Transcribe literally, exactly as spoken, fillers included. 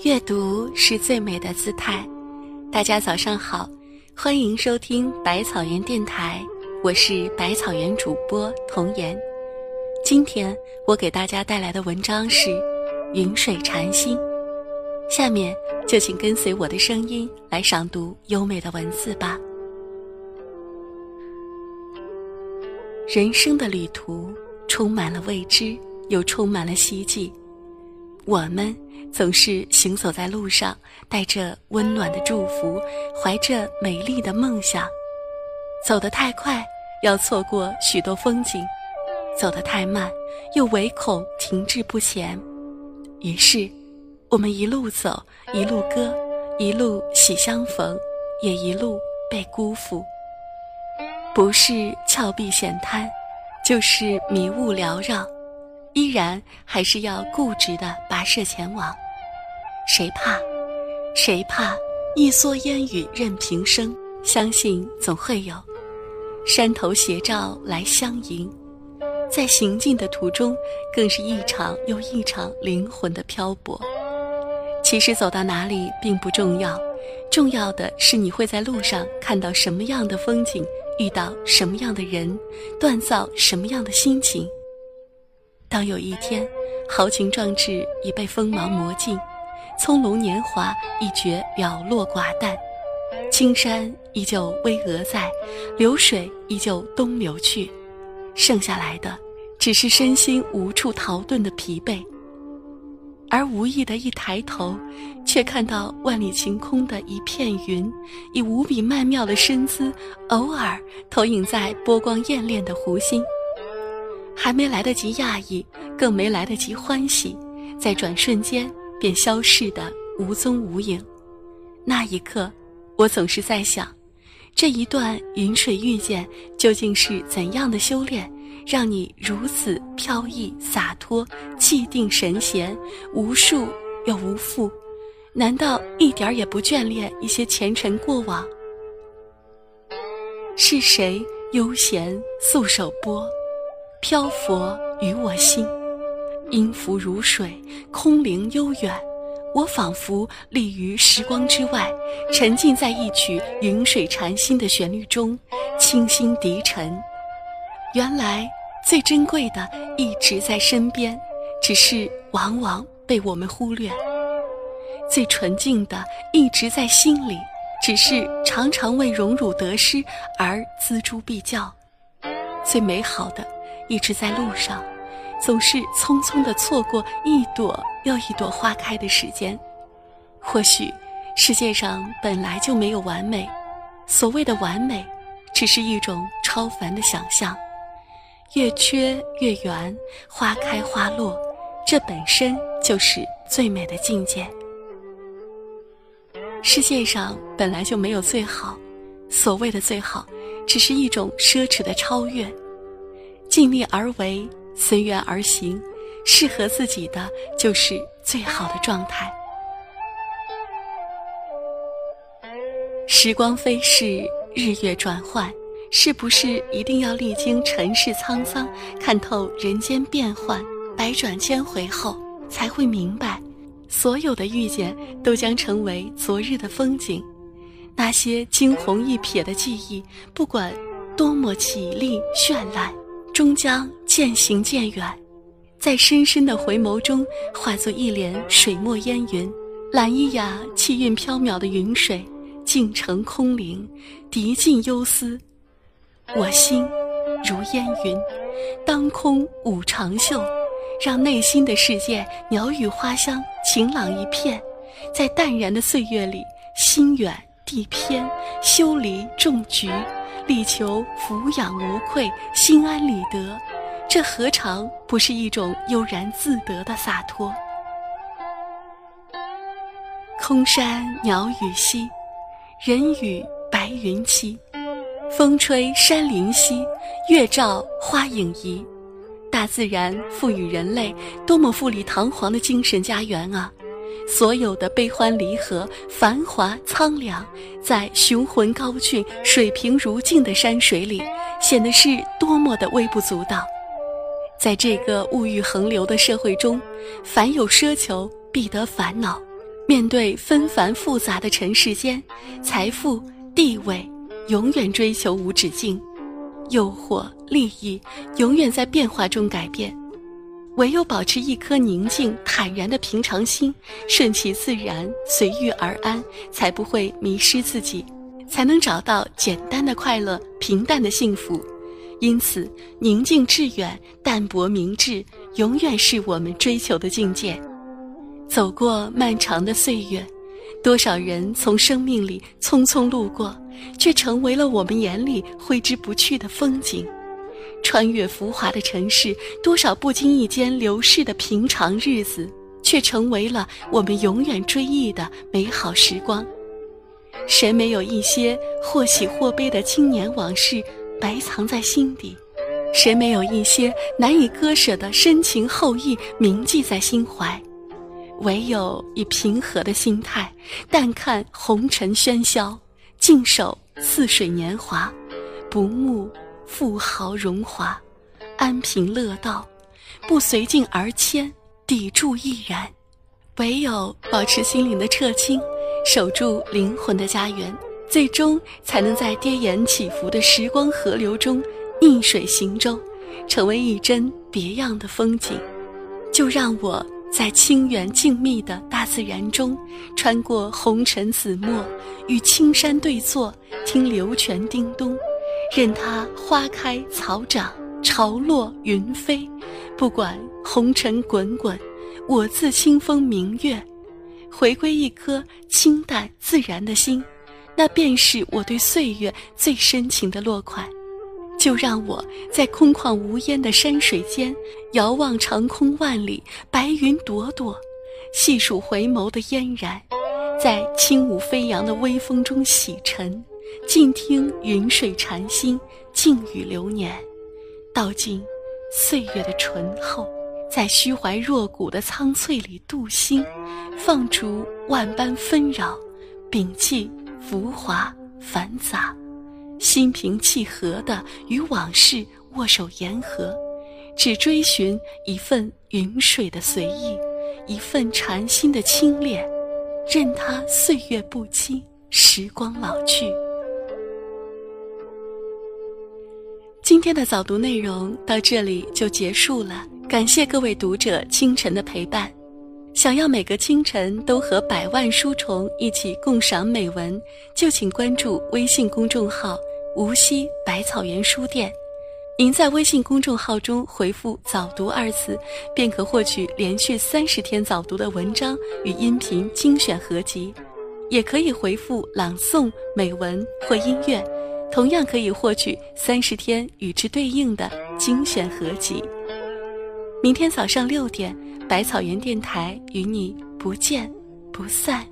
阅读是最美的姿态。大家早上好，欢迎收听百草园电台，我是百草园主播童言。今天我给大家带来的文章是云水禅心，下面就请跟随我的声音来赏读优美的文字吧。人生的旅途充满了未知，又充满了希冀。我们总是行走在路上，带着温暖的祝福，怀着美丽的梦想。走得太快，要错过许多风景；走得太慢，又唯恐停滞不前。于是，我们一路走，一路歌，一路喜相逢，也一路被辜负。不是峭壁险滩，就是迷雾缭绕，依然还是要固执地跋涉前往。谁怕？谁怕一蓑烟雨任平生，相信总会有山头斜照来相迎。在行进的途中，更是一场又一场灵魂的漂泊。其实走到哪里并不重要，重要的是你会在路上看到什么样的风景，遇到什么样的人，锻造什么样的心情。当有一天豪情壮志已被锋芒磨尽，葱茏年华一觉了落寡淡，青山依旧巍峨在，流水依旧东流去，剩下来的只是身心无处逃遁的疲惫。而无意的一抬头，却看到万里晴空的一片云，以无比曼妙的身姿，偶尔投影在波光艳恋的湖心。还没来得及讶异，更没来得及欢喜，在转瞬间便消逝得无踪无影。那一刻，我总是在想，这一段云水遇见究竟是怎样的修炼，让你如此飘逸洒脱，气定神闲，无数又无负？难道一点也不眷恋一些前尘过往？是谁悠闲素手拨，漂泊于我心？音符如水，空灵悠远，我仿佛立于时光之外，沉浸在一曲云水禅心的旋律中，清新涤尘。原来最珍贵的一直在身边，只是往往被我们忽略。最纯净的一直在心里，只是常常为荣辱得失而锱铢必较。最美好的一直在路上，总是匆匆地错过一朵又一朵花开的时间。或许世界上本来就没有完美，所谓的完美只是一种超凡的想象。越缺越圆，花开花落，这本身就是最美的境界。世界上本来就没有最好，所谓的最好只是一种奢侈的超越。尽力而为，随缘而行，适合自己的就是最好的状态。时光飞逝，日月转换，是不是一定要历经尘世沧桑，看透人间变幻，百转千回后才会明白，所有的遇见都将成为昨日的风景。那些惊鸿一瞥的记忆，不管多么绮丽绚烂，终将渐行渐远，在深深的回眸中化作一帘水墨烟云，揽一雅气韵飘渺的云水，静成空灵，涤尽忧思。我心如烟云，当空舞长袖，让内心的世界鸟语花香，晴朗一片。在淡然的岁月里，心远地偏，修篱种菊，力求俯仰无愧，心安理得。这何尝不是一种悠然自得的洒脱？空山鸟语稀，人语白云栖。风吹山林稀，月照花影移。大自然赋予人类多么富丽堂皇的精神家园啊！所有的悲欢离合，繁华苍凉，在雄浑高峻、水平如镜的山水里，显得是多么的微不足道。在这个物欲横流的社会中，凡有奢求必得烦恼， 面对纷繁复杂的尘世间，财富、地位永远追求无止境，诱惑、利益永远在变化中改变。唯有保持一颗宁静坦然的平常心，顺其自然，随遇而安，才不会迷失自己，才能找到简单的快乐，平淡的幸福。因此，宁静致远，淡泊明志，永远是我们追求的境界。走过漫长的岁月，多少人从生命里匆匆路过，却成为了我们眼里挥之不去的风景。穿越浮华的城市，多少不经意间流逝的平常日子，却成为了我们永远追忆的美好时光。谁没有一些或喜或悲的青年往事埋藏在心底？谁没有一些难以割舍的深情厚谊铭记在心怀？唯有以平和的心态，淡看红尘喧嚣，静守似水年华，不慕富豪荣华，安贫乐道，不随境而迁，砥柱毅然。唯有保持心灵的澈清，守住灵魂的家园，最终才能在跌宕起伏的时光河流中逆水行舟，成为一帧别样的风景。就让我在清远静谧的大自然中，穿过红尘紫陌，与青山对坐，听流泉叮咚，任它花开草长，潮落云飞，不管红尘滚滚，我自清风明月。回归一颗清淡自然的心，那便是我对岁月最深情的落款。就让我在空旷无烟的山水间，遥望长空万里，白云朵朵，细数回眸的嫣然，在轻舞飞扬的微风中洗尘，静听云水禅心，静语流年，道尽岁月的醇厚，在虚怀若谷的苍翠里渡心，放逐万般纷扰，摒弃浮华繁杂，心平气和地与往事握手言和，只追寻一份云水的随意，一份禅心的清冽，任它岁月不惊，时光老去。今天的早读内容到这里就结束了，感谢各位读者清晨的陪伴。想要每个清晨都和百万书虫一起共赏美文，就请关注微信公众号无锡百草园书店。您在微信公众号中回复早读二字，便可获取连续三十天早读的文章与音频精选合集，也可以回复朗诵、美文或音乐，同样可以获取三十天与之对应的精选合集。明天早上六点，百草园电台与你不见不散。